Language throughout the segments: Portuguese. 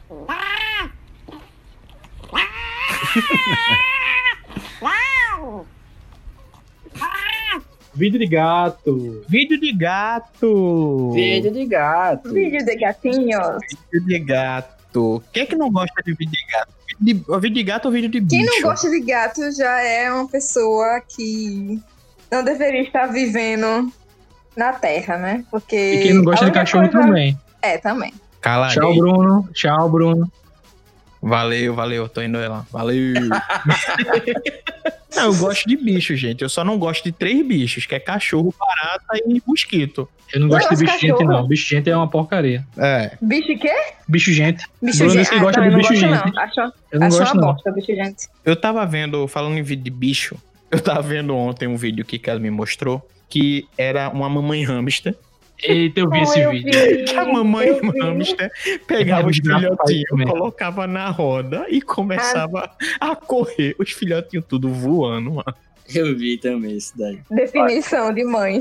Vídeo de gato. Vídeo de gato. Vídeo de gato. Vídeo de gatinho. Vídeo de gato. Quem é que não gosta de vídeo de gato? Vídeo de gato ou vídeo de bicho? Quem não gosta de gato já é uma pessoa que não deveria estar vivendo na Terra, né? Porque E quem não gosta de cachorro também. É, também. Cala Tchau, aí. Bruno. Tchau, Bruno. Valeu, tô indo lá. Valeu. Não, eu gosto de bicho, gente. Eu só não gosto de 3 bichos, que é cachorro, barata e mosquito. Eu não gosto de bicho cachorro. gente, não. Bicho gente é uma porcaria. É. Bicho quê? Bicho gente. Bicho Bruno gente. disse que gosta também de não bicho gosto, gente. não. Acho Eu não gosto, uma não. bosta, bicho gente. Eu tava vendo, falando em vídeo de bicho, eu tava vendo ontem um vídeo que ela me mostrou, que era uma mamãe hamster. Eita, eu vi esse vídeo. Que a mamãe hamster pegava os desgraçado filhotinhos, mesmo. colocava na roda e começava a correr. Os filhotinhos tudo voando, mano. Eu vi também isso daí. Definição de mãe.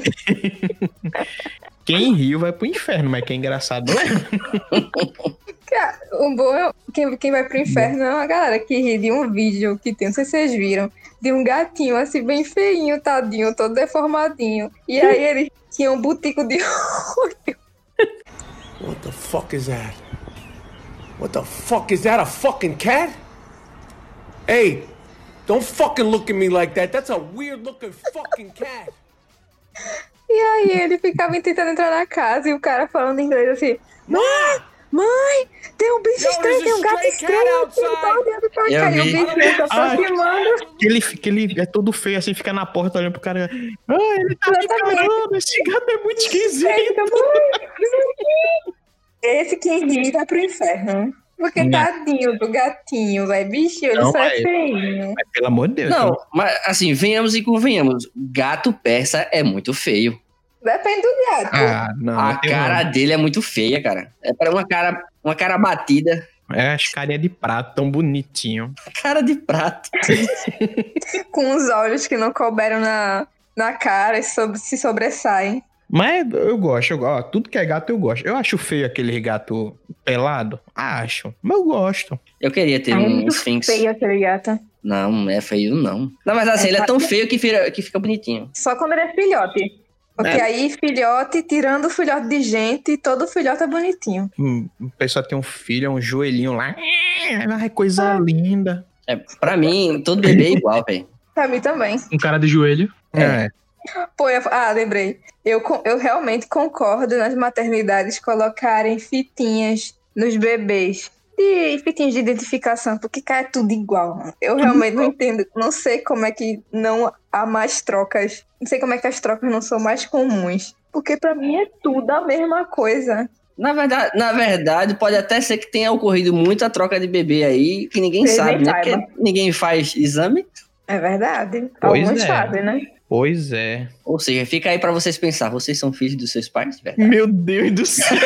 Quem riu vai pro inferno, mas que é engraçado não é. Cara, o bom é quem vai pro inferno é uma galera que ri de um vídeo que tem, não sei se vocês viram, de um gatinho assim bem feinho, tadinho, todo deformadinho. E aí ele tinha um butico de olho. What the fuck is that? What the fuck is that? A fucking cat? Hey, don't fucking look at me like that. That's a weird looking fucking cat. E aí ele ficava tentando entrar na casa e o cara falando em inglês assim: Mãe, tem um bicho estranho, tem um gato estranho. Ele tá olhando pra cá e o bichinho tá aproximando. Que ele é todo feio, assim, fica na porta olhando pro cara. Ah, ele tá me encarando, esse gato é muito esquisito. Esse que ri vai pro inferno. Porque Não. tadinho do gatinho, vai, bichinho, ele Não, só é mas- feinho. Mas, pelo amor de Deus. Não, mas assim, venhamos e convenhamos. Gato persa é muito feio. Depende do gato. Ah, não. A não tem cara dele é muito feia, cara. É para uma cara batida. É as carinhas de prato, tão bonitinho. Cara de prato. Com os olhos que não couberam na cara e se sobressaem. Mas eu gosto, ó, tudo que é gato eu gosto. Eu acho feio aquele gato pelado, acho, mas eu gosto. Eu queria ter É um muito Sphinx. feio aquele gato. Não, não é feio, não. Na verdade, assim, ele é tão feio que fica bonitinho. Só quando ele é filhote. Porque aí, filhote, tirando o filhote de gente, todo filhote é bonitinho. O pessoal tem um filho, um joelhinho lá. É coisa linda. É, pra mim, todo bebê é igual, velho. Pra mim também. Um cara de joelho. É. Pô, lembrei. Eu realmente concordo nas maternidades colocarem fitinhas nos bebês. E fitinhas de identificação, porque cai tudo igual. Mano. Eu realmente não entendo. Não sei como é que não há mais trocas. Não sei como é que as trocas não são mais comuns. Porque pra mim é tudo a mesma coisa. Na verdade, pode até ser que tenha ocorrido muita troca de bebê aí, que ninguém Ninguém sabe, né? saiba. Porque ninguém faz exame. É verdade. Pois Alguns é. fazem, né? Pois é. Ou seja, fica aí pra vocês pensar. Vocês são filhos dos seus pais? Velho? Meu Deus do céu.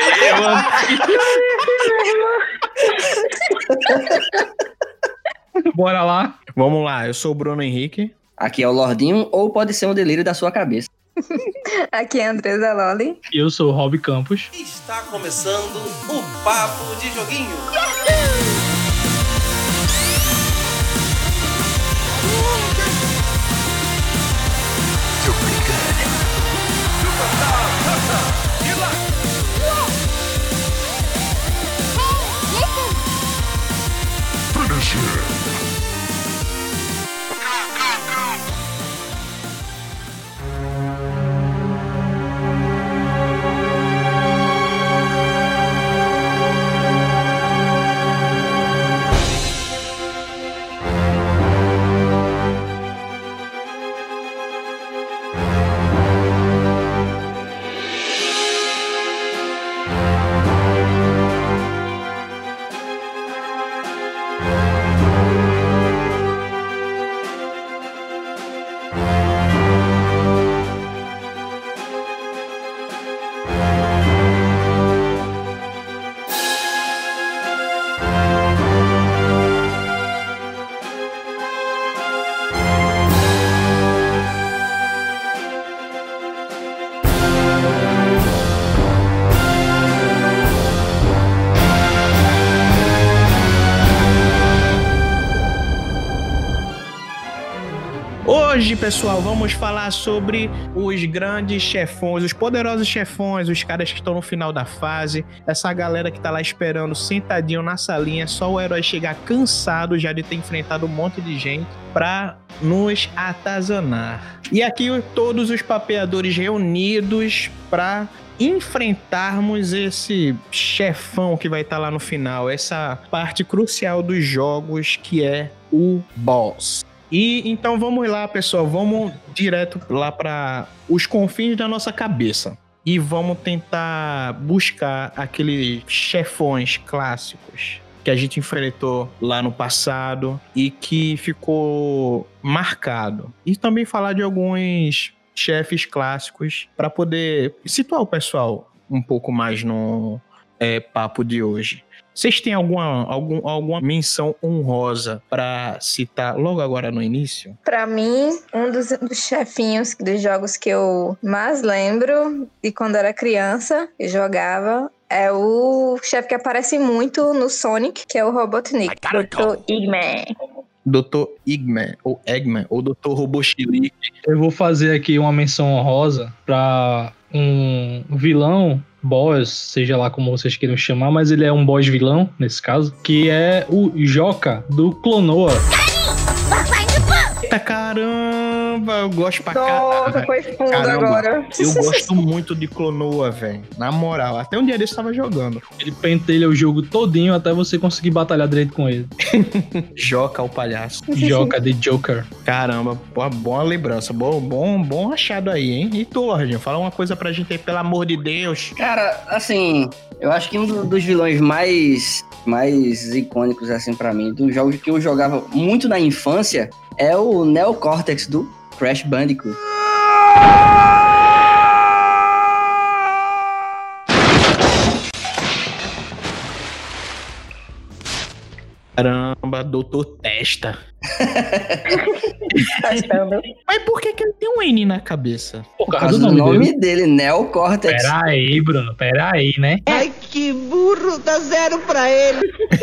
Bora lá. Vamos lá, eu sou o Bruno Henrique. Aqui é o Lordinho, ou pode ser um delírio da sua cabeça. Aqui é a Andresa Loli. E eu sou o Rob Campos. Está começando o Papo de Joguinho. Hoje, pessoal, vamos falar sobre os grandes chefões, os poderosos chefões, os caras que estão no final da fase, essa galera que tá lá esperando sentadinho na salinha, só o herói chegar cansado já de ter enfrentado um monte de gente pra nos atazanar. E aqui todos os papeadores reunidos pra enfrentarmos esse chefão que vai estar lá no final, essa parte crucial dos jogos que é o boss. E então vamos lá, pessoal, vamos direto lá para os confins da nossa cabeça e vamos tentar buscar aqueles chefões clássicos que a gente enfrentou lá no passado e que ficou marcado. E também falar de alguns chefes clássicos para poder situar o pessoal um pouco mais no papo de hoje. Vocês têm alguma menção honrosa para citar logo agora no início? Pra mim, um dos chefinhos dos jogos que eu mais lembro de quando era criança e jogava é o chefe que aparece muito no Sonic, que é o Robotnik, Dr. Eggman. Dr. Eggman, ou Eggman, ou Dr. Robochilique. Eu vou fazer aqui uma menção honrosa pra um vilão, boss, seja lá como vocês queiram chamar, mas ele é um boss vilão, nesse caso, que é o Joka, do Klonoa. Eita caramba, eu gosto pra Nossa, caramba. foi fundo agora. Eu gosto muito de Klonoa, velho. Na moral, até um dia desse eu tava jogando. Ele pentelha o jogo todinho até você conseguir batalhar direito com ele. Joka, o palhaço. Joka, de Joker. Caramba, boa lembrança. Bom achado aí, hein? E tu, Lordinho, fala uma coisa pra gente aí, pelo amor de Deus. Cara, assim, eu acho que um dos vilões mais icônicos, assim, pra mim, dos jogos que eu jogava muito na infância, é o Neo Cortex do Crash Bandicoot. Caramba, Doutor Testa. Testando. Mas por que ele tem um N na cabeça? Por Por causa causa do nome dele. dele, Neo Cortex. Pera aí, Bruno, pera aí, né? Ai, que burro, dá 0 pra ele.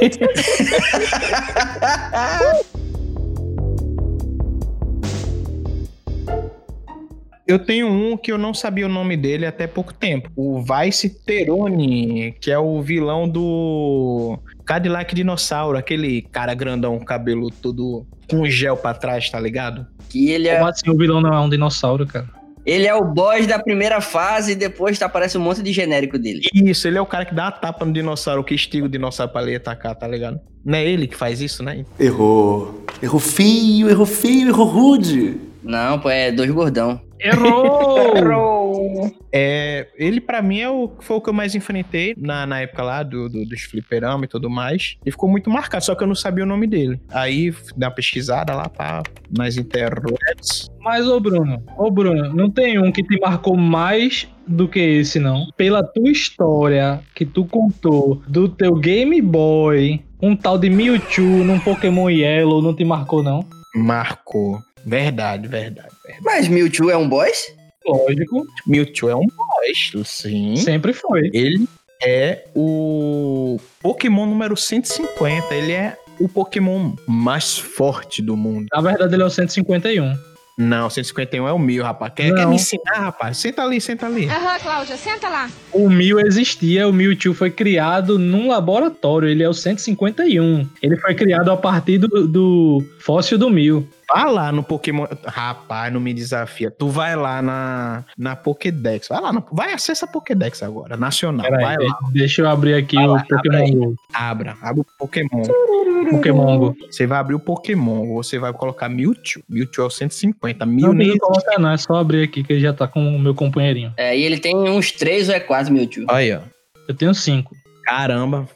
Eu tenho um que eu não sabia o nome dele até pouco tempo. O Vice Terone, que é o vilão do Cadillac Dinossauro. Aquele cara grandão, cabelo todo com gel pra trás, tá ligado? Que ele é, Como assim o vilão não é um dinossauro, cara? ele é o boss da primeira fase e depois aparece um monte de genérico dele. Isso, ele é o cara que dá a tapa no dinossauro, que estiga o dinossauro pra ele atacar, tá ligado? Não é ele que faz isso, né? Errou. Errou feio, errou rude. Não, pô, é dois gordão. Errou! Errou. Ele pra mim foi o que eu mais enfrentei na época lá dos fliperama e tudo mais. E ficou muito marcado, só que eu não sabia o nome dele. Aí dei uma pesquisada lá nas internets. Mas, ô Bruno, não tem um que te marcou mais do que esse, não? Pela tua história que tu contou do teu Game Boy, um tal de Mewtwo num Pokémon Yellow, não te marcou, não? Marcou. Verdade. Mas Mewtwo é um boss? Lógico, Mewtwo é um boss, sim. sempre foi. Ele é o Pokémon número 150. Ele é o Pokémon mais forte do mundo. Na verdade, ele é o 151. Não, 151 é o 1000, rapaz. Quer Não. me ensinar, rapaz? Senta ali. Aham, Cláudia, senta lá. O Mew existia, o Mewtwo foi criado num laboratório, ele é o 151. Ele foi criado a partir do fóssil do Mew. Vai lá no Pokémon. Rapaz, não me desafia. Tu vai lá na Pokédex. Vai acessa a Pokédex agora, nacional. Pera Vai aí, lá. deixa eu abrir aqui o Pokémon Go. Abre o Pokémon. Pokémon Go. Você vai abrir o Pokémon, você vai colocar Mewtwo. Mewtwo é o 150. Não Mil nem precisa colocar, não, é só abrir aqui que ele já tá com o meu companheirinho. É, e ele tem uns 3 ou 4 Mewtwo. Aí, ó. Eu tenho 5. Caramba.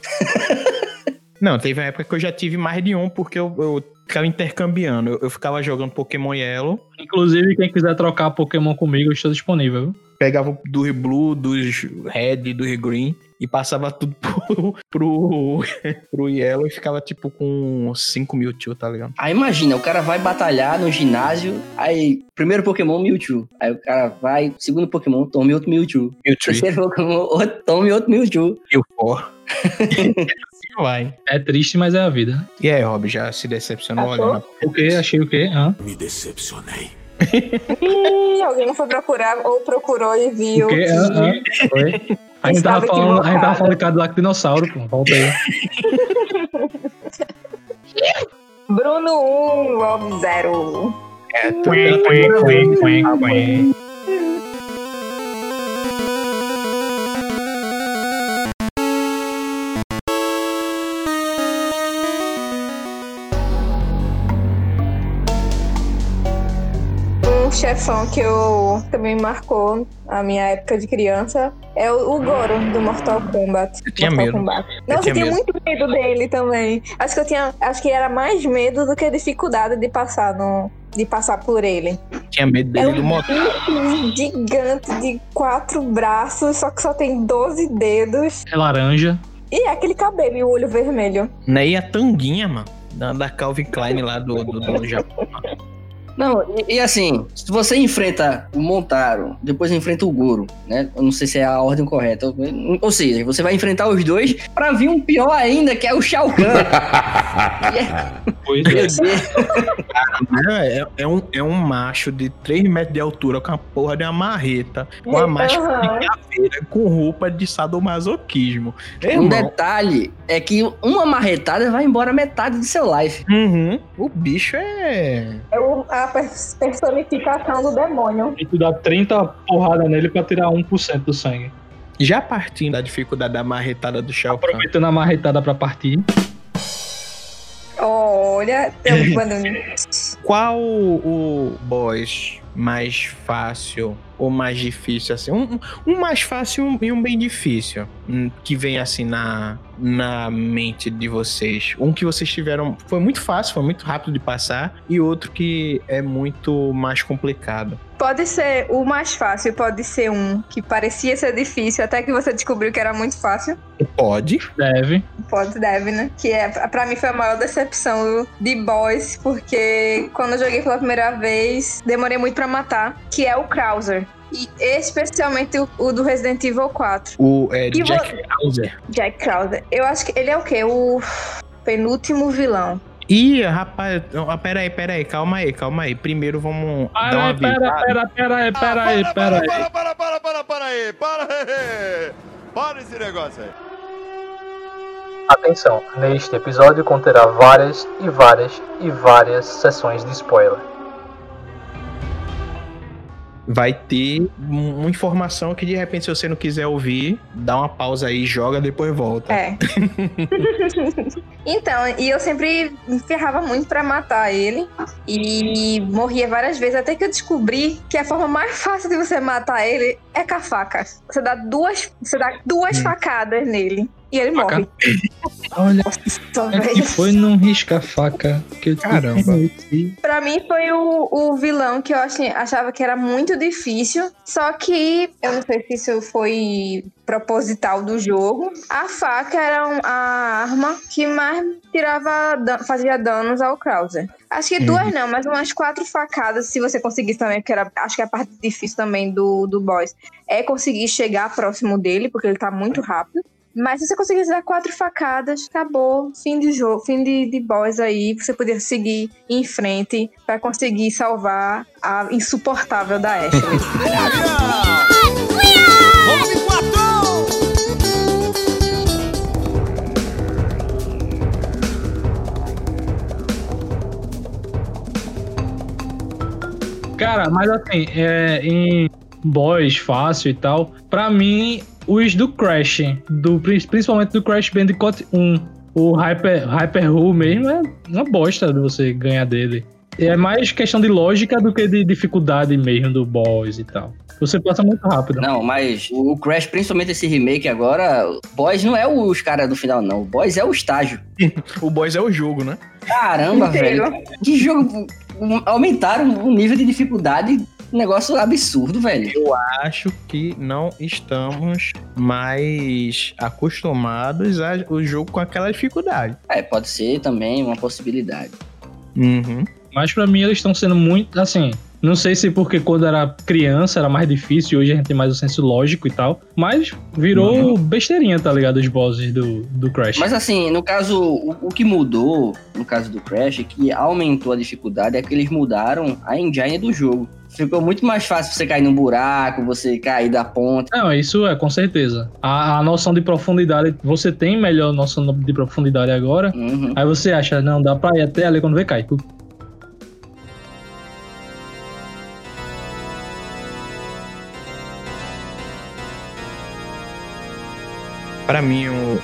Não, teve uma época que eu já tive mais de um, porque eu ficava intercambiando. Eu ficava jogando Pokémon Yellow. Inclusive, quem quiser trocar Pokémon comigo, eu estou disponível, viu? Pegava dos Blue, dos Red, dos Green e passava tudo pro Yellow e ficava tipo com 5 Mewtwo, tá ligado? Aí imagina, o cara vai batalhar no ginásio, aí primeiro Pokémon Mewtwo. Aí o cara vai, segundo Pokémon, tome outro Mewtwo. Terceiro Pokémon, tome outro Mewtwo. E o For. Assim vai. É triste, mas é a vida. E aí, Rob, já se decepcionou? Passou? Olha, O quê? Achei o quê? Hã? Me decepcionei. Alguém não foi procurar ou procurou e viu. O quê? Foi. A gente tava falando de Cadillac Dinossauro, pô. Volta aí. Bruno 1, Bob 0. Um chefão que eu também marcou a minha época de criança é o Goro do Mortal Kombat. Eu tinha medo. Nossa, eu tinha muito medo dele também. Acho que era mais medo do que a dificuldade de passar por ele. Tinha medo dele do motor. Um gigante de 4 braços, só que só tem 12 dedos. É laranja. E aquele cabelo e o olho vermelho. Não, e a tanguinha, mano, da Calvin Klein lá do Japão. Não, e assim, se você enfrenta o Montaro, depois enfrenta o Goro, né? Eu não sei se é a ordem correta. Ou seja, você vai enfrentar os dois pra vir um pior ainda, que é o Shao Kahn. Pois É um macho de 3 metros de altura com a porra de uma marreta, uma máscara de caveira com roupa de sadomasoquismo. Um detalhe é que uma marretada vai embora metade do seu life. Uhum. O bicho é a personificação do demônio. E tu dá 30 porradas nele pra tirar 1% do sangue. Já partindo da dificuldade da marretada do Shao Kahn. Aproveitando a marretada pra partir. Olha, Qual o boss mais fácil ou mais difícil, assim? Um mais fácil e um bem difícil, que vem assim na mente de vocês. Um que vocês tiveram, foi muito fácil, foi muito rápido de passar, e outro que é muito mais complicado. Pode ser o mais fácil, pode ser um que parecia ser difícil, até que você descobriu que era muito fácil. Pode. Deve, né? Que pra mim foi a maior decepção de boss, porque quando eu joguei pela primeira vez, demorei muito pra matar, que é o Krauser. E especialmente o do Resident Evil 4. O Jack Krauser. Jack Krauser. Eu acho que ele é o quê? O penúltimo vilão. Ih, rapaz, pera aí, calma aí. Primeiro vamos dar uma avisada. Pera aí. Para esse negócio aí. Atenção, neste episódio conterá várias sessões de spoiler. Vai ter uma informação que de repente, se você não quiser ouvir, dá uma pausa aí, joga, depois volta. É. Então, e eu sempre me ferrava muito pra matar ele. E morria várias vezes, até que eu descobri que a forma mais fácil de você matar ele é com a faca. Você dá duas facadas nele. E ele morre. Olha, Nossa, é que foi num risca-faca que eu Caramba. Pra mim foi o vilão que eu achava que era muito difícil. Só que, eu não sei se isso foi proposital do jogo. A faca era a arma que mais fazia danos ao Krauser. Acho que 2 não, mas umas 4 facadas, se você conseguisse também, porque acho que a parte difícil também do boss é conseguir chegar próximo dele, porque ele tá muito rápido. Mas se você conseguisse dar 4 facadas, acabou, fim de jogo, fim de boss aí, você poderia seguir em frente pra conseguir salvar a insuportável da Ashley. Cara, mas assim, em boss fácil e tal, pra mim, os do Crash, principalmente do Crash Bandicoot 1, o Hyper Rule mesmo é uma bosta de você ganhar dele. É mais questão de lógica do que de dificuldade mesmo do boss e tal. Você passa muito rápido. Não, mas o Crash, principalmente esse remake agora, o boss não é os caras do final, não. O boss é o estágio. O boss é o jogo, né? Caramba, velho. Que jogo... Aumentaram o nível de dificuldade, um negócio absurdo, velho. Eu acho que não estamos mais acostumados ao jogo com aquela dificuldade. Pode ser também uma possibilidade. Uhum. Mas pra mim eles estão sendo muito, assim, Não sei se porque quando era criança era mais difícil, hoje a gente tem mais o senso lógico e tal. Mas virou besteirinha, tá ligado? Os bosses do Crash. Mas assim, no caso, o que mudou, no caso do Crash, que aumentou a dificuldade, é que eles mudaram a engine do jogo. Ficou muito mais fácil você cair num buraco, você cair da ponta. Não, isso é, com certeza. A noção de profundidade, você tem melhor noção de profundidade agora. Aí você acha, não, dá pra ir até ali quando vê cai. Pra mim,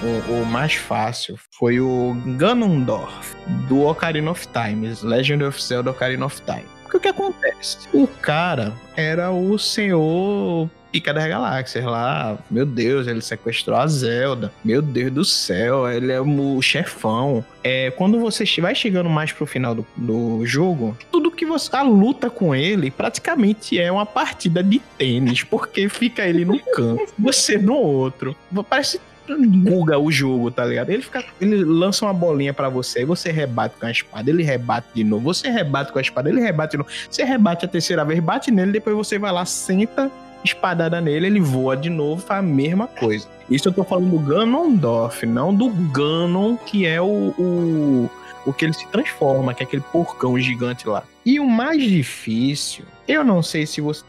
o mais fácil foi o Ganondorf, do Ocarina of Time, Legend of Zelda Ocarina of Time. Porque o que acontece? O cara era o senhor Pica das Galáxias lá. Meu Deus, ele sequestrou a Zelda. Meu Deus do céu, ele é o chefão. Quando você vai chegando mais pro final do jogo, tudo que a luta com ele praticamente é uma partida de tênis, porque fica ele num canto, você no outro. Parece buga o jogo, tá ligado? Ele lança uma bolinha pra você, aí você rebate com a espada, ele rebate de novo, você rebate com a espada, ele rebate de novo, você rebate a terceira vez, bate nele, depois você vai lá, senta espadada nele, ele voa de novo, faz a mesma coisa. Isso eu tô falando do Ganondorf, não do Ganon, que é o que ele se transforma, que é aquele porcão gigante lá. E o mais difícil, eu não sei se você...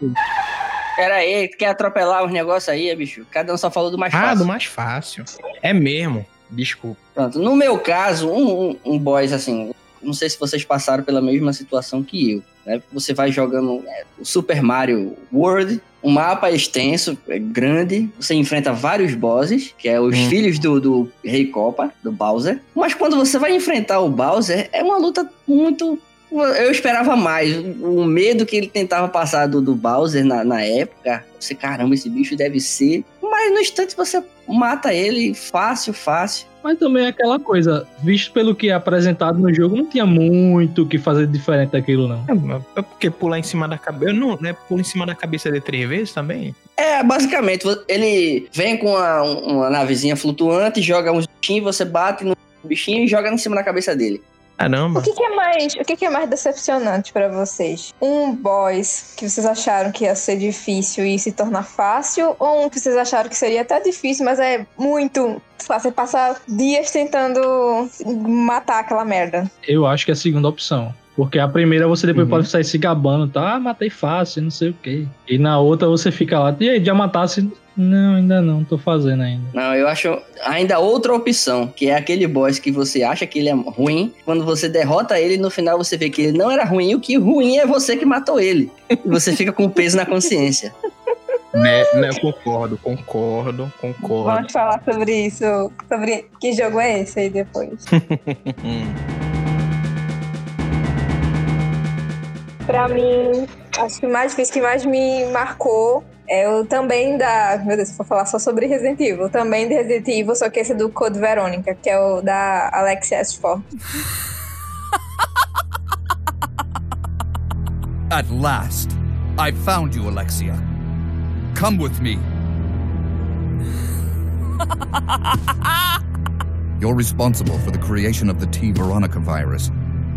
Pera aí, tu quer atropelar os negócios aí, bicho? Cada um só falou do mais fácil. Ah, do mais fácil. É mesmo. Desculpa. Pronto, no meu caso, um boss assim, não sei se vocês passaram pela mesma situação que eu, né? Você vai jogando o Super Mario World, um mapa extenso, grande, você enfrenta vários bosses, que é os filhos do Rei Koopa, do Bowser. Mas quando você vai enfrentar o Bowser, é uma luta muito... Eu esperava mais. O medo que ele tentava passar do Bowser na época, você, caramba, esse bicho deve ser... Mas no instante você mata ele fácil. Mas também é aquela coisa, visto pelo que é apresentado no jogo, não tinha muito o que fazer diferente daquilo, não. É porque pular em cima da cabeça... Não é pular em cima da cabeça de 3 vezes também? Basicamente, ele vem com uma navezinha flutuante, joga uns bichinhos, você bate no bichinho e joga em cima da cabeça dele. Caramba. O que é mais decepcionante pra vocês? Um boss que vocês acharam que ia ser difícil e se tornar fácil, ou um que vocês acharam que seria até difícil, mas é muito fácil, você passa dias tentando matar aquela merda? Eu acho que é a segunda opção. Porque a primeira você depois pode sair se gabando, tá? Matei fácil, não sei o quê. E na outra você fica lá, e aí, já matasse? Não, ainda não, tô fazendo ainda. Não, eu acho ainda outra opção, que é aquele boss que você acha que ele é ruim, quando você derrota ele, no final você vê que ele não era ruim, o que ruim é você que matou ele. E você fica com peso na consciência. Né, concordo. Vamos falar sobre isso, sobre que jogo é esse aí depois. Pra mim, acho que o mais difícil, que mais me marcou é o também da... Meu Deus, vou falar só sobre Resident Evil. Também de Resident Evil, só que esse é do Code Veronica, que é o da Alexia S4. At last, I've found you, Alexia. Come with me. You're responsible for the creation of the T. Veronica virus.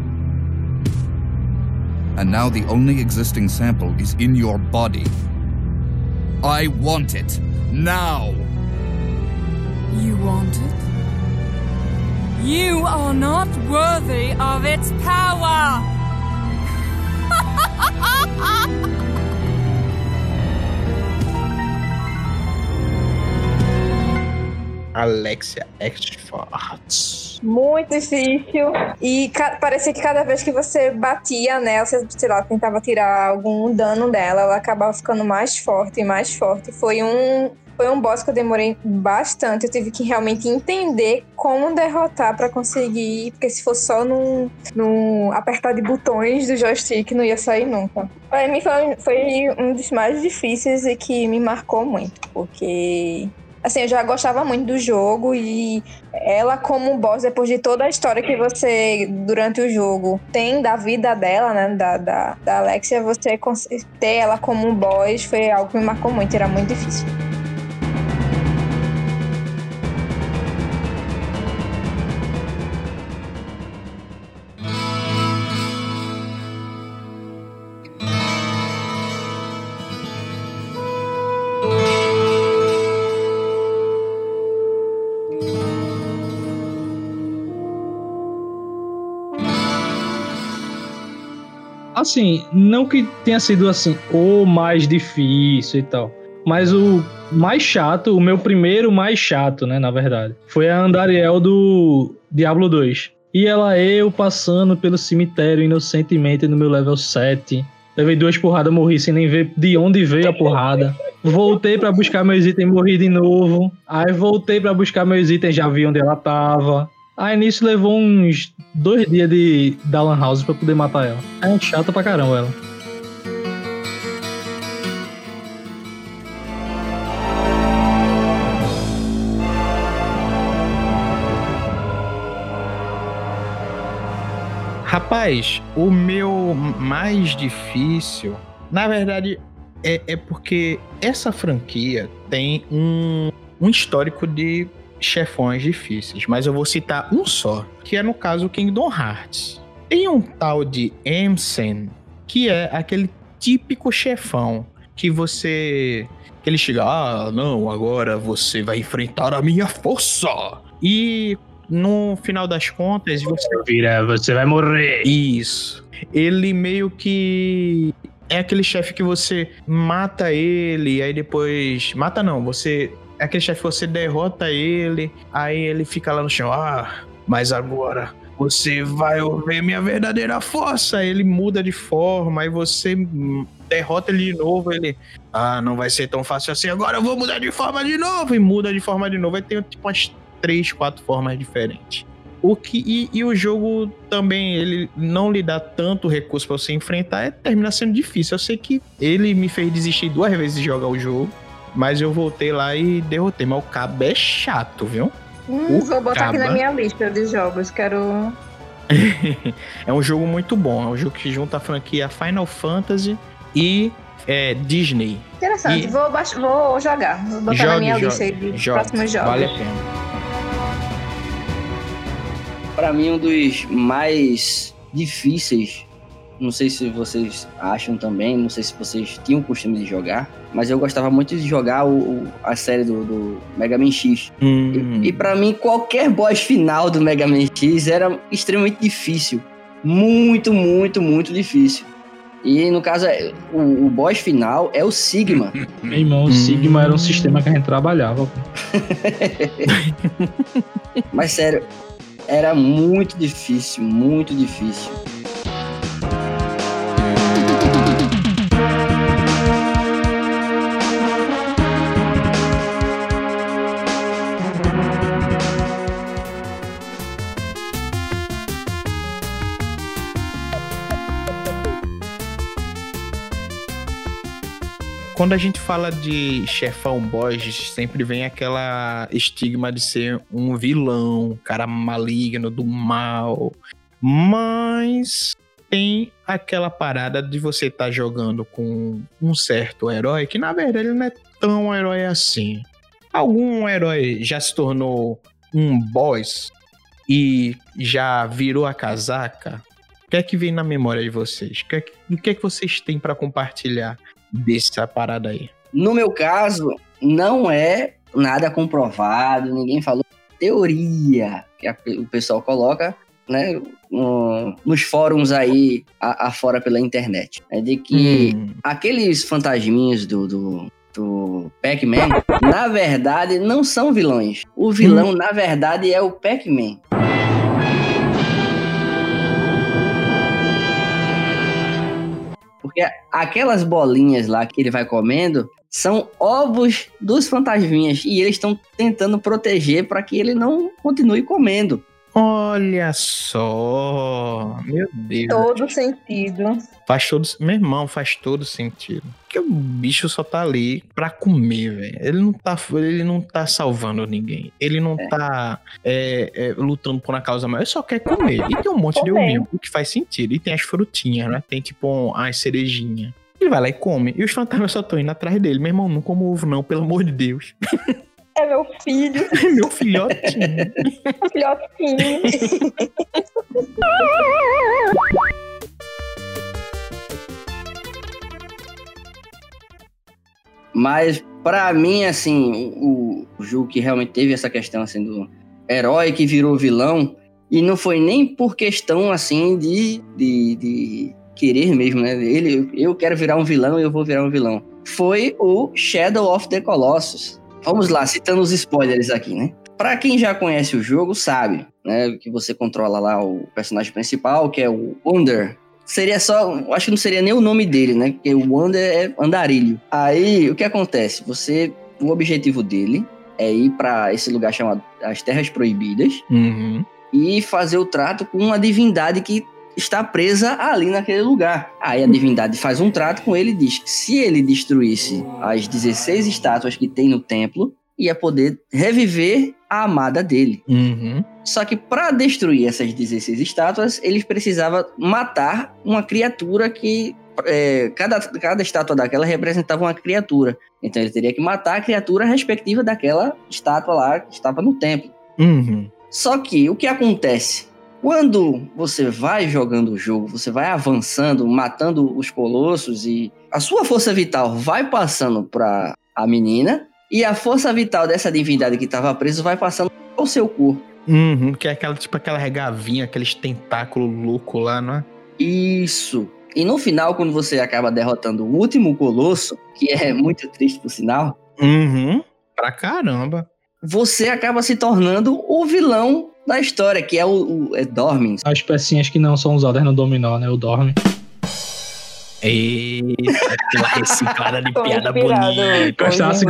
And now the only existing sample is in your body. I want it. Now! You want it? You are not worthy of its power! Alexia X-Force. Muito difícil. E parecia que cada vez que você batia nela, você, sei lá, tentava tirar algum dano dela, ela acabava ficando mais forte e mais forte. Foi um boss que eu demorei bastante. Eu tive que realmente entender como derrotar pra conseguir. Porque se fosse só num apertar de botões do joystick, não ia sair nunca. Pra mim foi um dos mais difíceis e que me marcou muito. Porque... assim, eu já gostava muito do jogo e ela como boss, depois de toda a história que você, durante o jogo, tem da vida dela, né, da Alexia, você ter ela como um boss foi algo que me marcou muito, era muito difícil. Assim, não que tenha sido assim, o mais difícil e tal. Mas o mais chato, o meu primeiro mais chato, né, na verdade, foi a Andariel do Diablo 2. E eu passando pelo cemitério inocentemente no meu level 7. Levei 2 porradas, morri sem nem ver de onde veio a porrada. Voltei pra buscar meus itens, morri de novo. Aí voltei pra buscar meus itens, já vi onde ela tava. Aí nisso levou uns 2 dias da Lan House pra poder matar ela. É chata pra caramba ela. Rapaz, o meu mais difícil, na verdade, é porque essa franquia tem um histórico de chefões difíceis, mas eu vou citar um só, que é no caso o Kingdom Hearts. Tem um tal de Amsen, que é aquele típico chefão que ele chega, não, agora você vai enfrentar a minha força. E no final das contas, você vai morrer. Isso. Ele meio que é aquele chefe que você mata ele, aí depois... Mata não, você... É aquele chefe que você derrota ele, aí ele fica lá no chão. Mas agora você vai ver minha verdadeira força. Ele muda de forma, aí você derrota ele de novo, ele... não vai ser tão fácil assim, agora eu vou mudar de forma de novo. E muda de forma de novo. Aí tem tipo umas 3, 4 formas diferentes. E o jogo também, ele não lhe dá tanto recurso pra você enfrentar, termina sendo difícil. Eu sei que ele me fez desistir 2 vezes de jogar o jogo, mas eu voltei lá e derrotei. Mas o cabo é chato, viu? Vou botar aqui na minha lista de jogos, quero... É um jogo muito bom, é um jogo que junta a franquia Final Fantasy e Disney. Interessante, vou jogar, vou botar na minha lista aí de próximos jogos. Vale a pena. Pra mim, um dos mais difíceis, não sei se vocês acham também, não sei se vocês tinham o costume de jogar, mas eu gostava muito de jogar a série do Mega Man X. E pra mim, qualquer boss final do Mega Man X era extremamente difícil. Muito, muito, muito difícil. E no caso, o boss final é o Sigma. Meu irmão, o Sigma era um sistema que a gente trabalhava. Mas sério, era muito difícil, muito difícil. Quando a gente fala de chefão boss, sempre vem aquela estigma de ser um vilão, cara maligno, do mal. Mas tem aquela parada de você estar jogando com um certo herói, que na verdade ele não é tão herói assim. Algum herói já se tornou um boss e já virou a casaca? O que é que vem na memória de vocês? O que é que vocês têm para compartilhar dessa parada aí? No meu caso, não é nada comprovado, ninguém falou teoria que o pessoal coloca, né, nos fóruns aí afora pela internet. É de que aqueles fantasminhas do Pac-Man, na verdade, não são vilões. O vilão, na verdade, é o Pac-Man. Porque aquelas bolinhas lá que ele vai comendo são ovos dos fantasminhas e eles estão tentando proteger para que ele não continue comendo. Olha só, meu Deus. Todo sentido. Meu irmão, faz todo sentido. Porque o bicho só tá ali pra comer, velho. Ele não tá salvando ninguém. Ele não tá lutando por uma causa maior. Ele só quer comer. E tem um monte de ovinho, o que faz sentido. E tem as frutinhas, né? Tem tipo as cerejinhas. Ele vai lá e come. E os fantasmas só estão indo atrás dele. Meu irmão, não como ovo não, pelo amor de Deus. É meu filho. É meu filhotinho. Filhotinho. Mas, pra mim, assim, o jogo que realmente teve essa questão, assim, do herói que virou vilão, e não foi nem por questão, assim, de querer mesmo, né? Eu quero virar um vilão e eu vou virar um vilão. Foi o Shadow of the Colossus. Vamos lá, citando os spoilers aqui, né? Pra quem já conhece o jogo, sabe, né? Que você controla lá o personagem principal, que é o Wander. Seria só... Acho que não seria nem o nome dele, né? Porque o Wander é andarilho. Aí, o que acontece? O objetivo dele é ir pra esse lugar chamado as Terras Proibidas. E fazer o trato com uma divindade que está presa ali naquele lugar. Aí a divindade faz um trato com ele e diz que se ele destruísse as 16 estátuas que tem no templo, ia poder reviver a amada dele. Só que para destruir essas 16 estátuas, ele precisava matar uma criatura que... cada estátua daquela representava uma criatura. Então ele teria que matar a criatura respectiva daquela estátua lá que estava no templo. Só que o que acontece? Quando você vai jogando o jogo, você vai avançando, matando os colossos e a sua força vital vai passando para a menina e a força vital dessa divindade que estava presa vai passando ao seu corpo. Que é aquela regavinha, aqueles tentáculos loucos lá, não é? Isso. E no final, quando você acaba derrotando o último colosso, que é muito triste por sinal... Pra caramba. Você acaba se tornando o vilão da história, que é o Dormin. As pecinhas que não são usadas no dominó, né? O Dormin. Eita, aquela reciclada de piada bonita.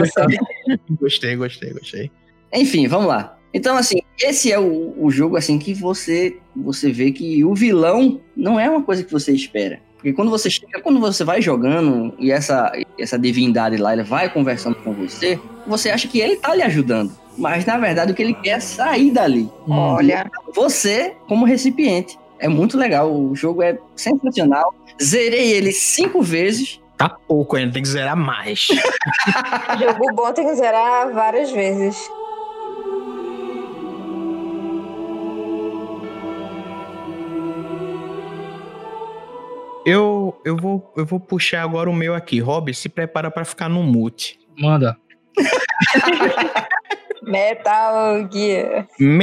Gostei. Enfim, vamos lá. Então, assim, esse é o jogo, assim, que você vê que o vilão não é uma coisa que você espera. Porque quando você vai jogando e essa divindade lá, ele vai conversando com você acha que ele tá lhe ajudando. Mas, na verdade, o que ele quer é sair dali. Olha. Você, como recipiente. É muito legal. O jogo é sensacional. Zerei ele 5 vezes. Tá pouco ainda, tem que zerar mais. Jogo bom tem que zerar várias vezes. Eu vou puxar agora o meu aqui. Rob, se prepara pra ficar no mute. Manda. Metal Gear.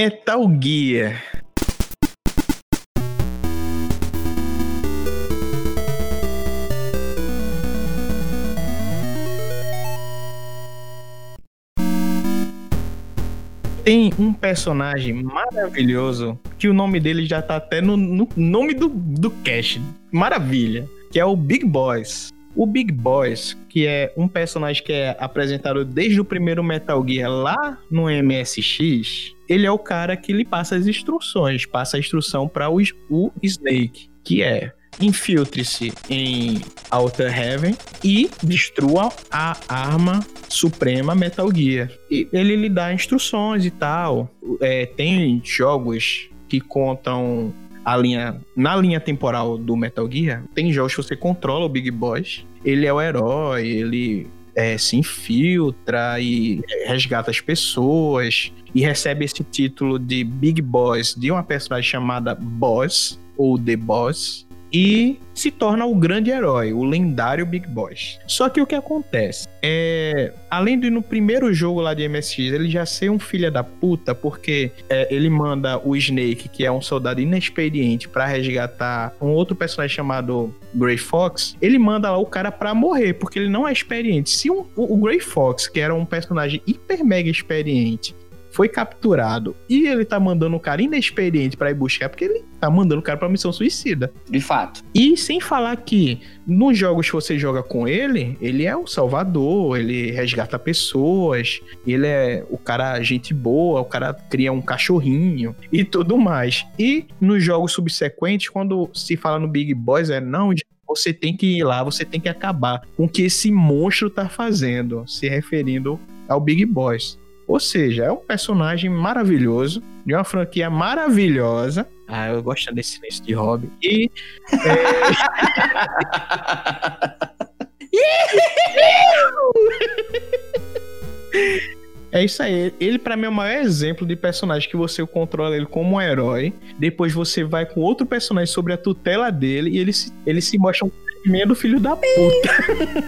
Tem um personagem maravilhoso que o nome dele já tá até no nome do cast. Maravilha. Que é o Big Boss. O Big Boss, que é um personagem que é apresentado desde o primeiro Metal Gear lá no MSX, ele é o cara que lhe passa as instruções. Passa a instrução para o Snake, que é: infiltre-se em Outer Heaven e destrua a arma suprema Metal Gear. E ele lhe dá instruções e tal. Tem jogos que contam na linha temporal do Metal Gear. Tem jogos que você controla o Big Boss. Ele é o herói, ele se infiltra e resgata as pessoas. E recebe esse título de Big Boss de uma personagem chamada Boss, ou The Boss. E se torna o grande herói, o lendário Big Boss. Só que o que acontece? Além de no primeiro jogo lá de MSX, ele já ser um filho da puta, porque ele manda o Snake, que é um soldado inexperiente, pra resgatar um outro personagem chamado Grey Fox. Ele manda lá o cara pra morrer, porque ele não é experiente. Se o Grey Fox, que era um personagem hiper mega experiente, foi capturado e ele tá mandando o cara inexperiente pra ir buscar, porque ele tá mandando o cara pra missão suicida. De fato. E sem falar que nos jogos que você joga com ele é o salvador, ele resgata pessoas, ele é o cara gente boa, o cara cria um cachorrinho e tudo mais. E nos jogos subsequentes, quando se fala no Big Boss, não, você tem que ir lá, você tem que acabar com o que esse monstro tá fazendo, se referindo ao Big Boss. Ou seja, é um personagem maravilhoso, de uma franquia maravilhosa. Eu gosto desse silêncio de Rob. E... É isso aí. Ele, pra mim, é o maior exemplo de personagem que você controla ele como um herói. Depois você vai com outro personagem sobre a tutela dele e ele se mostra um tremendo filho da puta.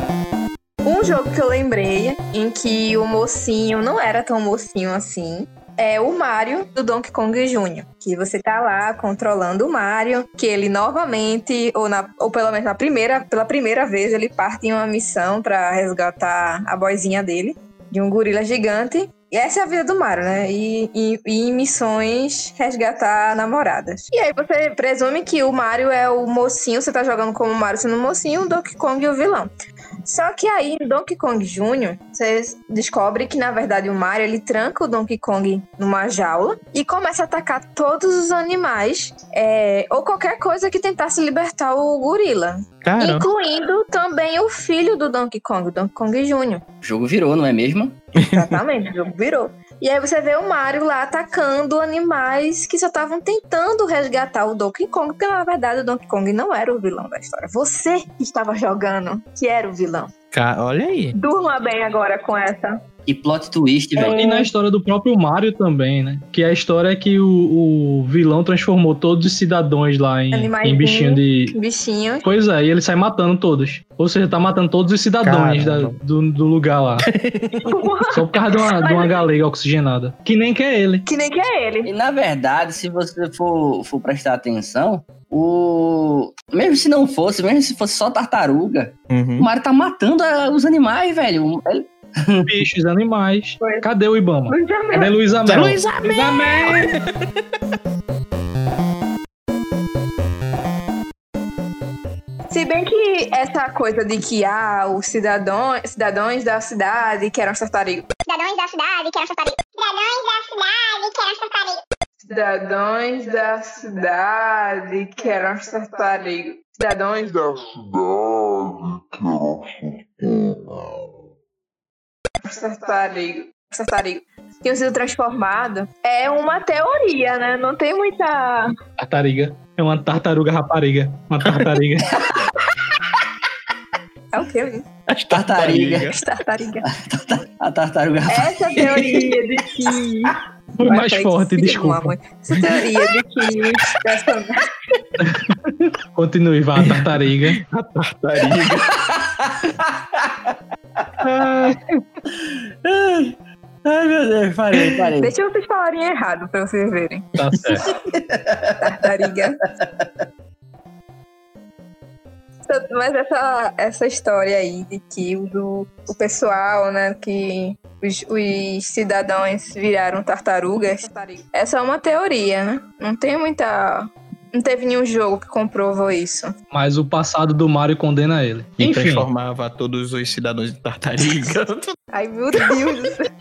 Um jogo que eu lembrei, em que o mocinho não era tão mocinho assim, é o Mario do Donkey Kong Jr., que você tá lá controlando o Mario, que ele novamente, ou pelo menos pela primeira vez, ele parte em uma missão pra resgatar a boizinha dele, de um gorila gigante. E essa é a vida do Mario, né? E em missões resgatar namoradas. E aí você presume que o Mario é o mocinho, você tá jogando como o Mario sendo o mocinho, o Donkey Kong e o vilão. Só que aí, em Donkey Kong Jr., você descobre que, na verdade, o Mario, ele tranca o Donkey Kong numa jaula e começa a atacar todos os animais, ou qualquer coisa que tentasse libertar o gorila. Caramba. Incluindo também o filho do Donkey Kong, o Donkey Kong Jr. O jogo virou, não é mesmo? Exatamente, o jogo virou. E aí você vê o Mario lá atacando animais que só estavam tentando resgatar o Donkey Kong, porque na verdade o Donkey Kong não era o vilão da história. Você que estava jogando que era o vilão. Olha aí. Durma bem agora com essa. E plot twist, velho. E na história do próprio Mario também, né? Que a história é que o vilão transformou todos os cidadãos lá em bichinho de... Bichinhos. Pois é, e ele sai matando todos. Ou seja, tá matando todos os cidadãos do lugar lá. Só por causa de uma galega oxigenada. Que nem quer ele. E na verdade, se você for prestar atenção, mesmo se fosse só tartaruga, o Mario tá matando os animais, velho. Bichos, animais. Foi. Cadê o Ibama? Cadê Luísa Mel? Luísa Mel! Se bem que essa coisa de que os cidadãos da cidade que eram tartarugas. Cidadãos da cidade que eram tartarugas. Cidadãos da cidade que eram tartarugas. Cidadãos da cidade tartaruga tinham sido transformados. É uma teoria, né? Não tem muita... Tartaruga. É uma tartaruga rapariga. Uma tartaruga. É o quê? As tartaruga. A tartaruga rapariga. Essa teoria de que... Foi mais forte, desculpa. Essa teoria de que os personagens... Continue, vá, a tartaruga. A tartaruga. Ai, meu Deus, parei. Deixa vocês falarem errado pra vocês verem. Tá certo. Tartaruga. Mas essa história aí de que o pessoal, né, que os cidadãos viraram tartarugas, essa é uma teoria, né? Não teve nenhum jogo que comprovou isso. Mas o passado do Mario condena ele. E Enfim. transformava todos os cidadãos de tartaruga. Ai, meu Deus do céu.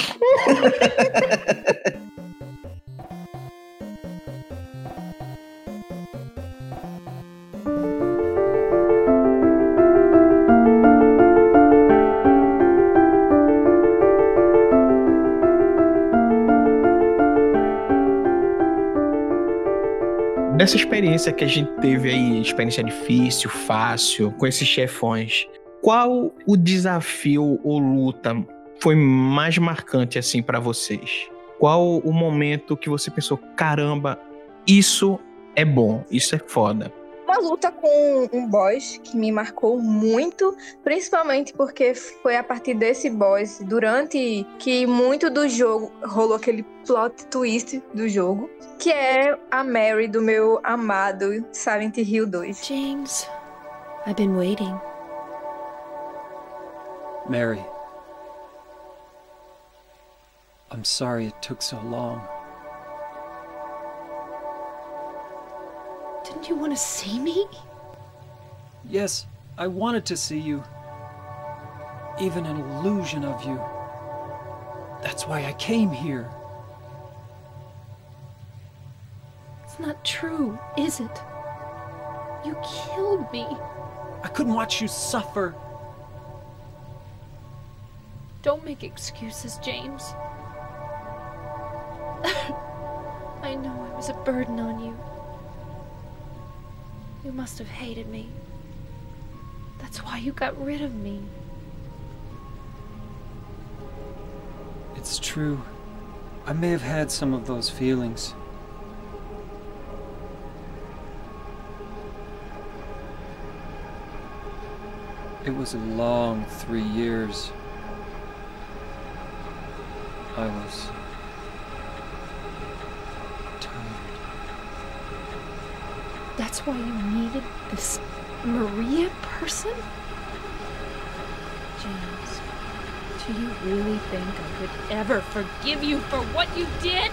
Dessa experiência que a gente teve aí, experiência difícil, fácil, com esses chefões, qual o desafio ou luta foi mais marcante assim pra vocês? Qual o momento que você pensou, caramba, isso é bom, isso é foda? Uma luta com um boss que me marcou muito, principalmente porque foi a partir desse boss, durante que muito do jogo rolou aquele plot twist do jogo, que é a Mary do meu amado Silent Hill 2. James, I've been waiting. Mary, I'm sorry it took so long. Didn't you want to see me? Yes, I wanted to see you. Even an illusion of you. That's why I came here. It's not true, is it? You killed me. I couldn't watch you suffer. Don't make excuses, James. I know I was a burden on you. You must have hated me. That's why you got rid of me. It's true. I may have had some of those feelings. It was a long 3 years. I was That's why you needed this Maria person? James, do you really think I could ever forgive you for what you did?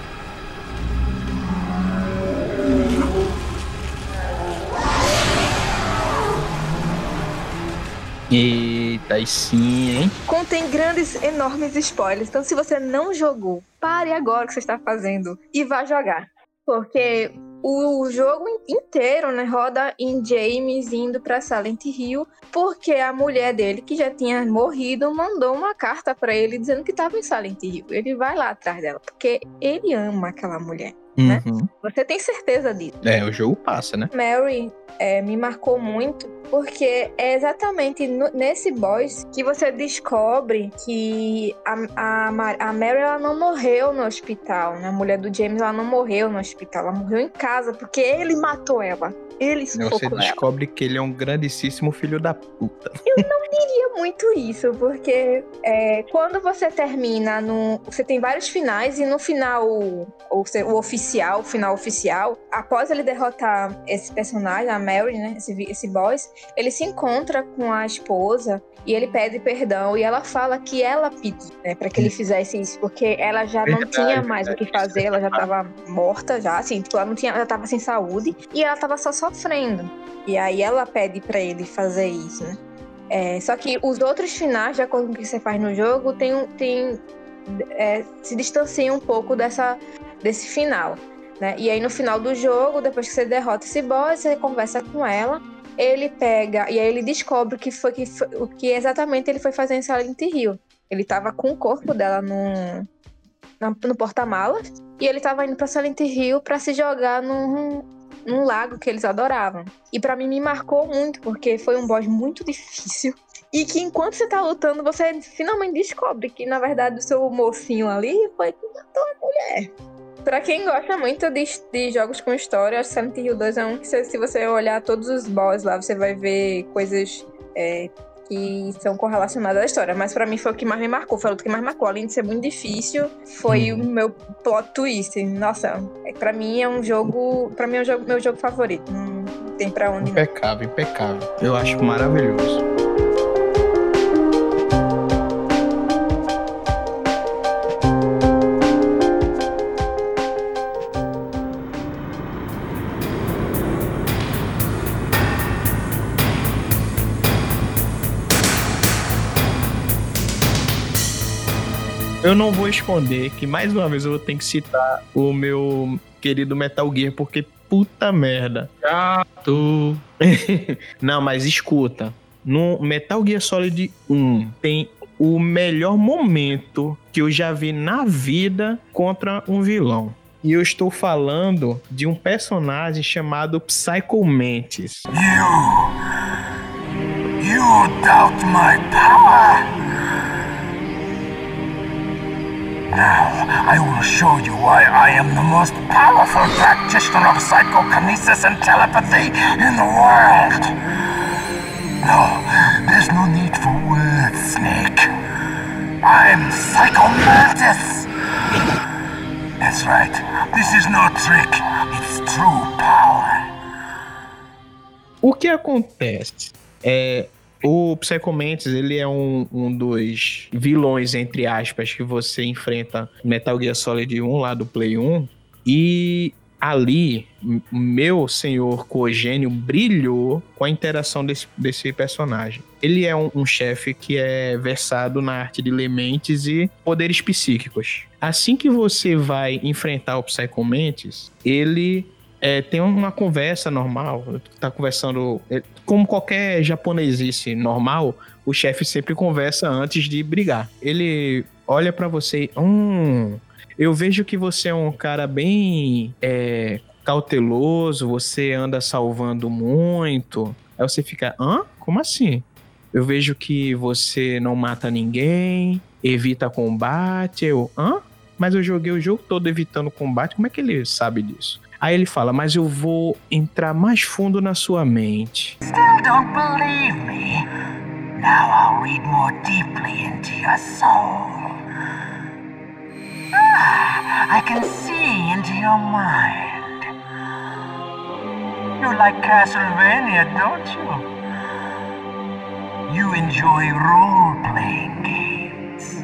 Eita, aí sim, hein? Contém grandes, enormes spoilers. Então, se você não jogou, pare agora o que você está fazendo e vá jogar. Porque o jogo inteiro, né, roda em James indo pra Silent Hill, porque a mulher dele, que já tinha morrido, mandou uma carta pra ele dizendo que estava em Silent Hill. Ele vai lá atrás dela, porque ele ama aquela mulher, né? Você tem certeza disso? É, o jogo passa, né? Mary me marcou muito, porque é exatamente nesse boss que você descobre que a Mary, ela não morreu no hospital, né? A mulher do James, ela não morreu no hospital, ela morreu em casa, porque ele matou ela. Ele sufocou ela. Você descobre que ele é um grandíssimo filho da puta. Eu não diria muito isso, porque quando você termina você tem vários finais, e no final, o final oficial, após ele derrotar esse personagem, a Mary, né, esse boss, ele se encontra com a esposa e ele pede perdão, e ela fala que ela pediu, né, pra que ele fizesse isso, porque ela já não tinha mais o que fazer, ela já tava morta, já, assim, tipo, ela já tava sem saúde, e ela tava só sofrendo. E aí ela pede pra ele fazer isso, né? Só que os outros finais, de acordo com o que você faz no jogo, se distanciam um pouco desse final, né? E aí no final do jogo, depois que você derrota esse boss, você conversa com ela, ele pega, e aí ele descobre o que exatamente ele foi fazer em Silent Hill. Ele tava com o corpo dela no porta-malas, e ele tava indo pra Silent Hill pra se jogar num lago que eles adoravam. E pra mim me marcou muito, porque foi um boss muito difícil, e que enquanto você tá lutando, você finalmente descobre que, na verdade, o seu mocinho ali foi que matou a mulher. Pra quem gosta muito de jogos com história, acho que Silent Hill 2 é um que, se você olhar todos os boss lá, você vai ver coisas que são correlacionadas à história. Mas pra mim foi o que mais me marcou, foi o que mais marcou. Além de ser muito difícil, foi o meu plot twist. Nossa, pra mim é um jogo... Pra mim é meu jogo favorito. Não tem pra onde. Impecável, impecável. Eu acho maravilhoso. Eu não vou esconder que, mais uma vez, eu vou ter que citar o meu querido Metal Gear, porque puta merda. Chato. Não, mas escuta. No Metal Gear Solid 1 tem o melhor momento que eu já vi na vida contra um vilão. E eu estou falando de um personagem chamado Psycho Mantis. You doubt my power? Now, I will show you why I am the most powerful practitioner of psychokinesis and telepathy in the world. No, there's no need for words, Snake. I'm Psycho Mantis. That's right. This is no trick. It's true power. O que acontece? O Psycho Mantis, ele é um dos vilões, entre aspas, que você enfrenta no Metal Gear Solid 1 lá do Play 1. E ali, meu senhor Cogênio brilhou com a interação desse personagem. Ele é um chefe que é versado na arte de ler mentes e poderes psíquicos. Assim que você vai enfrentar o Psycho Mantis, ele tem uma conversa normal, tá conversando... Como qualquer japonesice normal, o chefe sempre conversa antes de brigar. Ele olha pra você e... eu vejo que você é um cara bem cauteloso, você anda salvando muito. Aí você fica, como assim? Eu vejo que você não mata ninguém, evita combate. Mas eu joguei o jogo todo evitando combate, como é que ele sabe disso? Aí ele fala, mas eu vou entrar mais fundo na sua mente. Still don't believe me? Now I'll read more deeply into your soul. I can see into your mind. You like Castlevania, don't you? You enjoy role-playing games.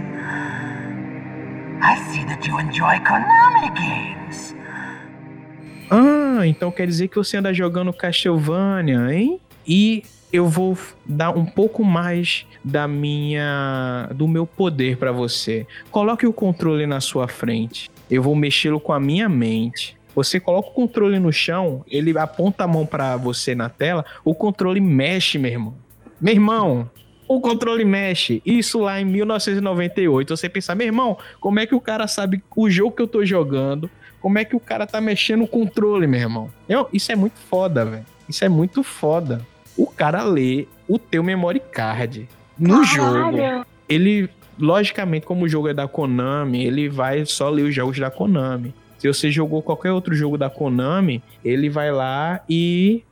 I see that you enjoy Konami games. Ah, então quer dizer que você anda jogando Castlevania, hein? E eu vou dar um pouco mais do meu poder pra você. Coloque o controle na sua frente. Eu vou mexê-lo com a minha mente. Você coloca o controle no chão, ele aponta a mão pra você na tela, o controle mexe, meu irmão. Meu irmão, o controle mexe. Isso lá em 1998. Você pensa, meu irmão, como é que o cara sabe o jogo que eu tô jogando? Como é que o cara tá mexendo o controle, meu irmão? Isso é muito foda, velho. Isso é muito foda. O cara lê o teu memory card no jogo. Ele, logicamente, como o jogo é da Konami, ele vai só ler os jogos da Konami. Se você jogou qualquer outro jogo da Konami, ele vai lá e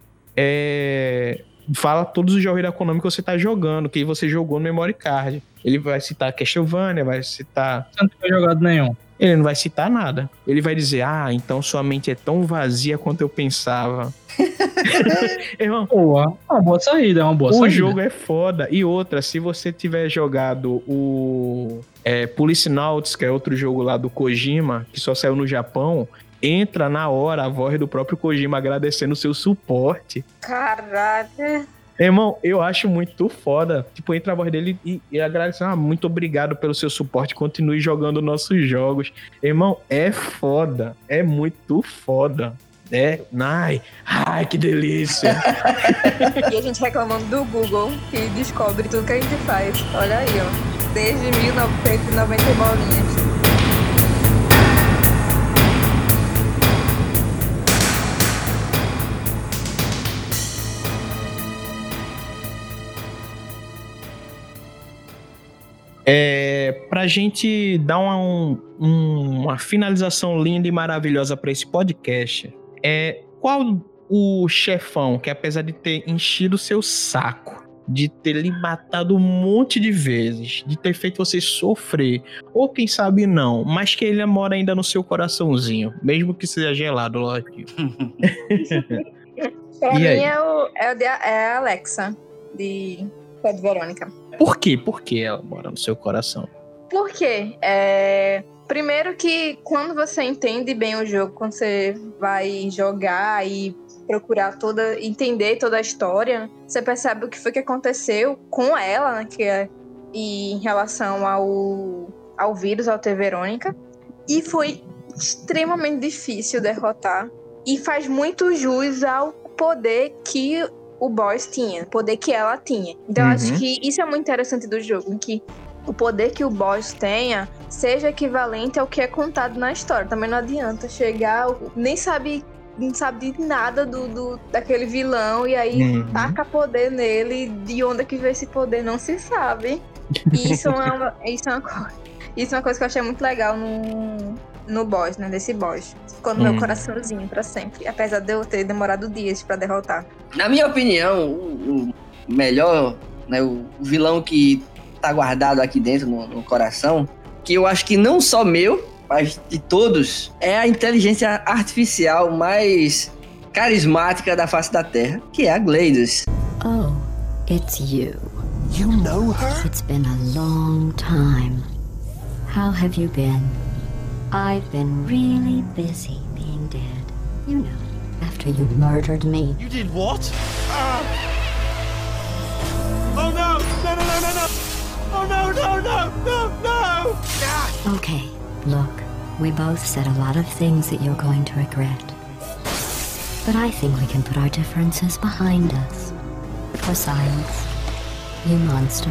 fala todos os jogos da Konami que você tá jogando, que você jogou no memory card. Ele vai citar Castlevania, vai citar... Não tem jogado nenhum. Ele não vai citar nada. Ele vai dizer, então sua mente é tão vazia quanto eu pensava. Irmão, é uma boa saída, O jogo é foda. E outra, se você tiver jogado o Policenauts, que é outro jogo lá do Kojima, que só saiu no Japão, entra na hora a voz do próprio Kojima agradecendo o seu suporte. Caraca. Irmão, eu acho muito foda. Tipo, entra a voz dele e agradece. Muito obrigado pelo seu suporte. Continue jogando nossos jogos. Irmão, é foda. É muito foda. Ai, que delícia. E a gente reclamando do Google, que descobre tudo que a gente faz. Olha aí, ó. Desde 1990 bolinhas. Pra gente dar uma finalização linda e maravilhosa pra esse podcast, qual o chefão que, apesar de ter enchido o seu saco, de ter lhe matado um monte de vezes, de ter feito você sofrer, ou quem sabe não, mas que ele mora ainda no seu coraçãozinho, mesmo que seja gelado, lógico. Pra mim é a Alexa, de Code Verônica. Por quê? Por que ela mora no seu coração? Por quê? Primeiro que quando você entende bem o jogo, quando você vai jogar e procurar entender toda a história, você percebe o que foi que aconteceu com ela, né, e em relação ao vírus, ao T. Verônica. E foi extremamente difícil derrotar. E faz muito jus ao poder que o boss tinha, o poder que ela tinha. Então eu acho que isso é muito interessante do jogo, que o poder que o boss tenha seja equivalente ao que é contado na história. Também não adianta chegar, não sabe de nada daquele vilão e aí taca poder nele, de onde é que veio esse poder não se sabe. E isso é uma coisa que eu achei muito legal no boss, né, desse boss. Ficou no meu coraçãozinho pra sempre, apesar de eu ter demorado dias pra derrotar. Na minha opinião, o melhor, né, o vilão que tá guardado aqui dentro no coração, que eu acho que não só meu, mas de todos, é a inteligência artificial mais carismática da face da Terra, que é a GLaDOS. Oh, it's you. You know her? It's been a long time. How have you been? I've been really busy being dead. You know, after you murdered me. You did what? Oh no! No, no, no, no, no! Oh no, no, no, no, no! Okay, look, we both said a lot of things that you're going to regret. But I think we can put our differences behind us. For science, you monster.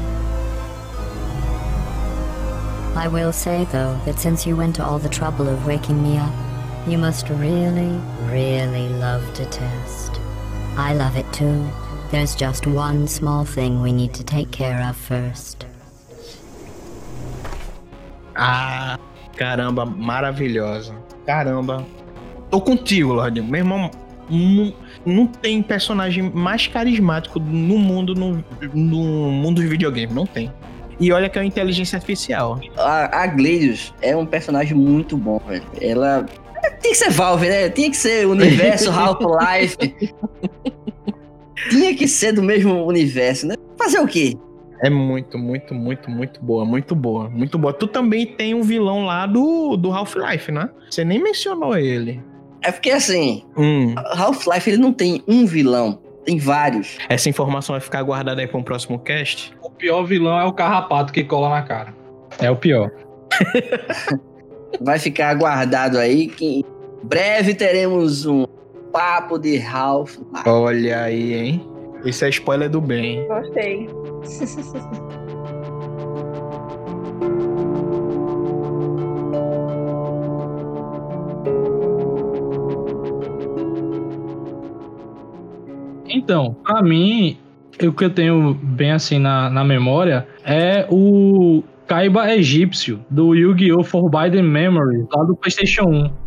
I will say, though, that since you went to all the trouble of waking me up, you must really, really love to test. I love it too. There's just one small thing we need to take care of first. Ah, caramba, maravilhosa. Caramba. Tô contigo, Lorde. Meu irmão, não tem personagem mais carismático no mundo dos videogames. Não tem. E olha que é uma inteligência artificial. A GLaDOS é um personagem muito bom, velho. Ela Tinha que ser Valve, né? Tinha que ser universo Half-Life. Tinha que ser do mesmo universo, né? Fazer o quê? É muito boa, muito boa, muito boa. Tu também tem um vilão lá do Half-Life, né? Você nem mencionou ele. É porque assim, Half-Life ele não tem um vilão, tem vários. Essa informação vai ficar guardada aí para um próximo cast? O pior vilão é o carrapato que cola na cara. É o pior. Vai ficar guardado aí que em breve teremos um papo de Half-Life. Olha aí, hein? Esse é spoiler do bem. Gostei. Então, pra mim, o que eu tenho bem assim na memória é o Kaiba egípcio do Yu-Gi-Oh! Forbidden Memories, lá do PlayStation 1.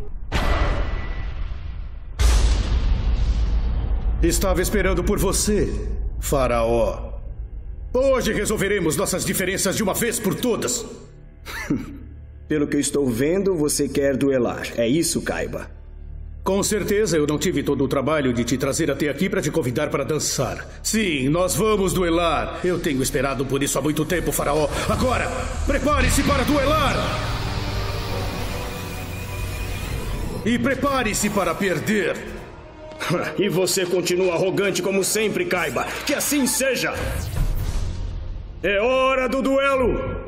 Estava esperando por você, Faraó. Hoje resolveremos nossas diferenças de uma vez por todas. Pelo que eu estou vendo, você quer duelar. É isso, Kaiba? Com certeza eu não tive todo o trabalho de te trazer até aqui para te convidar para dançar. Sim, nós vamos duelar. Eu tenho esperado por isso há muito tempo, Faraó. Agora, prepare-se para duelar! E prepare-se para perder. E você continua arrogante como sempre, Kaiba. Que assim seja! É hora do duelo!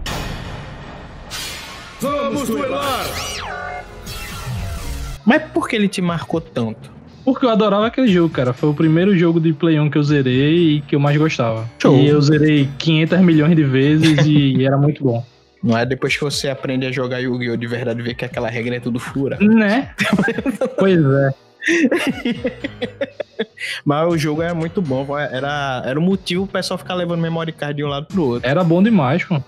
Vamos duelar! Mas por que ele te marcou tanto? Porque eu adorava aquele jogo, cara. Foi o primeiro jogo de Play 1 que eu zerei e que eu mais gostava. Show. E eu zerei 500 milhões de vezes e era muito bom. Não é depois que você aprende a jogar Yu-Gi-Oh! De verdade, ver que aquela regra é tudo fura. Né? Pois é. Mas o jogo era muito bom. Era o motivo o pessoal ficar levando memory card de um lado pro outro. Era bom demais, pô.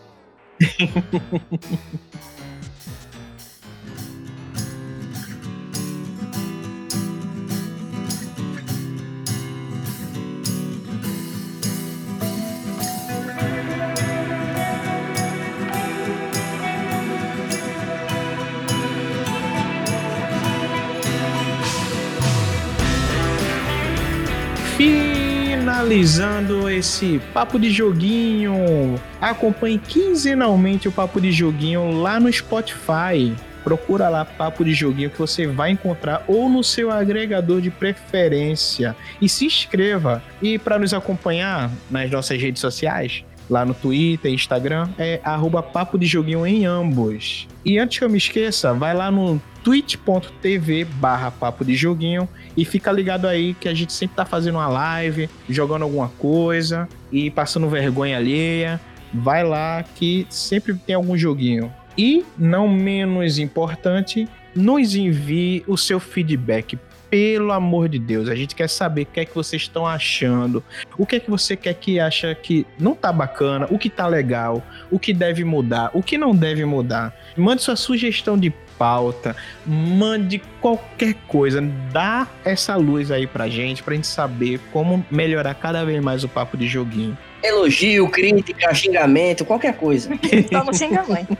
Finalizando esse Papo de Joguinho, acompanhe quinzenalmente o Papo de Joguinho lá no Spotify. Procura lá Papo de Joguinho que você vai encontrar ou no seu agregador de preferência. E se inscreva. E para nos acompanhar nas nossas redes sociais, lá no Twitter, Instagram, é @Papo de Joguinho em ambos. E antes que eu me esqueça, vai lá no twitch.tv/Papo de Joguinho e fica ligado aí que a gente sempre tá fazendo uma live, jogando alguma coisa e passando vergonha alheia. Vai lá que sempre tem algum joguinho. E, não menos importante, nos envie o seu feedback. Pelo amor de Deus, a gente quer saber o que é que vocês estão achando, o que é que você quer que acha que não tá bacana, o que tá legal, o que deve mudar, o que não deve mudar. Mande sua sugestão de pauta, mande qualquer coisa, dá essa luz aí pra gente saber como melhorar cada vez mais o Papo de Joguinho. Elogio, crítica, xingamento, qualquer coisa. Só não xinga a mãe.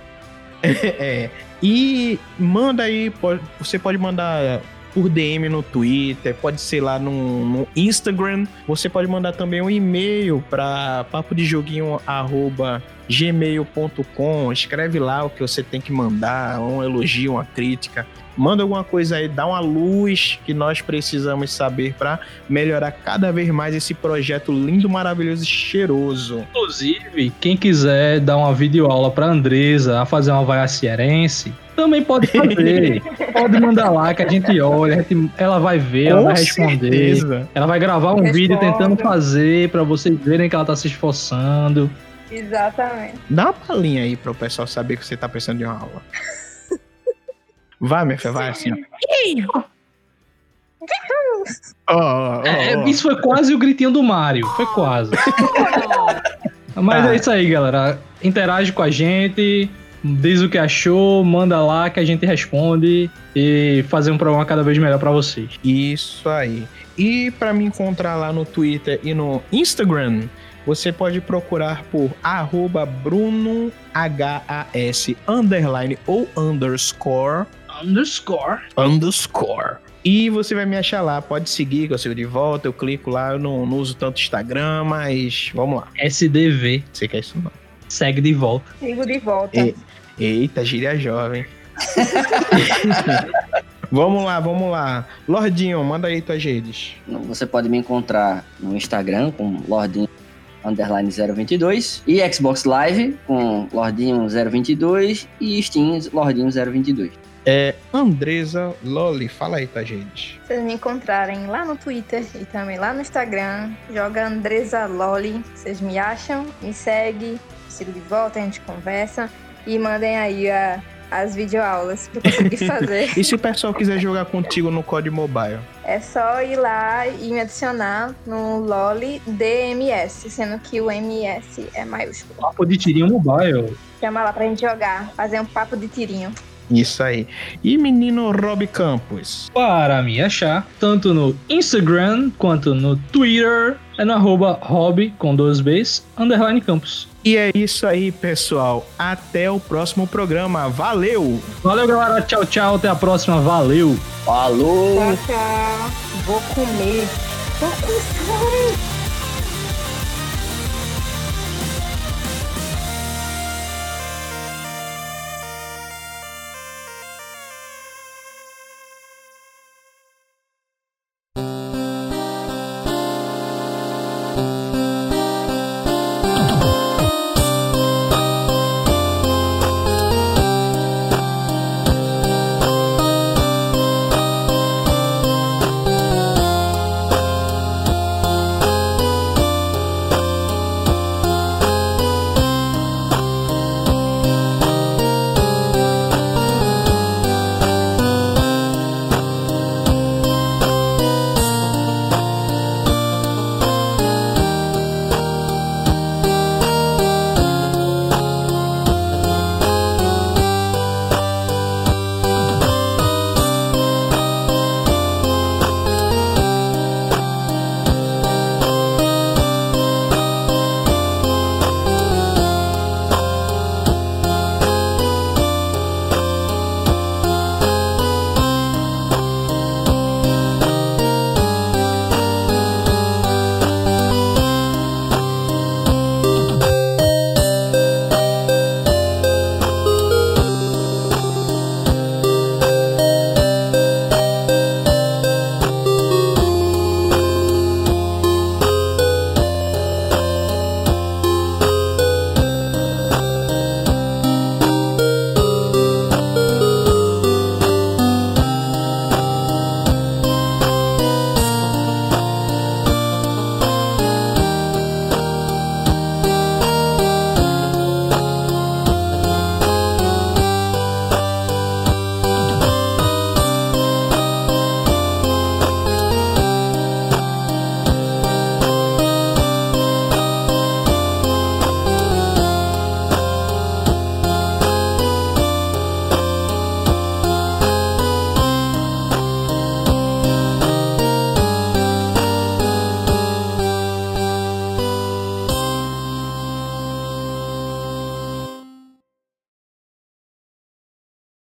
E manda aí, você pode mandar por DM no Twitter, pode ser lá no Instagram, você pode mandar também um e-mail para papodejoguinho@gmail.com, escreve lá o que você tem que mandar, um elogio, uma crítica, manda alguma coisa aí, dá uma luz que nós precisamos saber para melhorar cada vez mais esse projeto lindo, maravilhoso e cheiroso. Inclusive, quem quiser dar uma videoaula pra Andresa a fazer uma vaia cearense, também pode fazer. Pode mandar lá que a gente olha, ela vai ver, ela vai responder. Certeza. Ela vai gravar um vídeo tentando fazer pra vocês verem que ela tá se esforçando. Exatamente. Dá uma palhinha aí para o pessoal saber que você tá precisando de uma aula. Vai, minha filha, vai assim, ó. Isso foi quase o gritinho do Mario. Foi quase. Mas é isso aí, galera. Interage com a gente, diz o que achou, manda lá que a gente responde e fazer um programa cada vez melhor pra vocês. Isso aí. E pra me encontrar lá no Twitter e no Instagram, você pode procurar por @BrunoHAS_ ou _. __. E você vai me achar lá, pode seguir, que eu sigo de volta, eu clico lá, eu não uso tanto Instagram, mas vamos lá. SDV. Você quer isso não? Segue de volta. Sigo de volta. Eita, gíria jovem. Vamos lá. Lordinho, manda aí tuas redes. Você pode me encontrar no Instagram com Lordinho _022 e Xbox Live com Lordinho 022 e Steam Lordinho 022. Andresa Loli, fala aí tuas redes. Vocês me encontrarem lá no Twitter e também lá no Instagram, joga Andresa Loli, vocês me acham, me seguem, sigo de volta, a gente conversa e mandem aí as videoaulas pra eu conseguir fazer. E se o pessoal quiser jogar contigo no COD Mobile? É só ir lá e me adicionar no Loli DMS, sendo que o MS é maiúsculo. Papo de tirinho mobile. Chama lá pra gente jogar, fazer um papo de tirinho. Isso aí. E menino Rob Campos? Para me achar, tanto no Instagram quanto no Twitter, é no @Rob com 2 Bs _Campos. E é isso aí, pessoal. Até o próximo programa. Valeu! Valeu, galera. Tchau, tchau. Até a próxima. Valeu! Falou! Tchau, tchau. Vou comer. Tô com fome.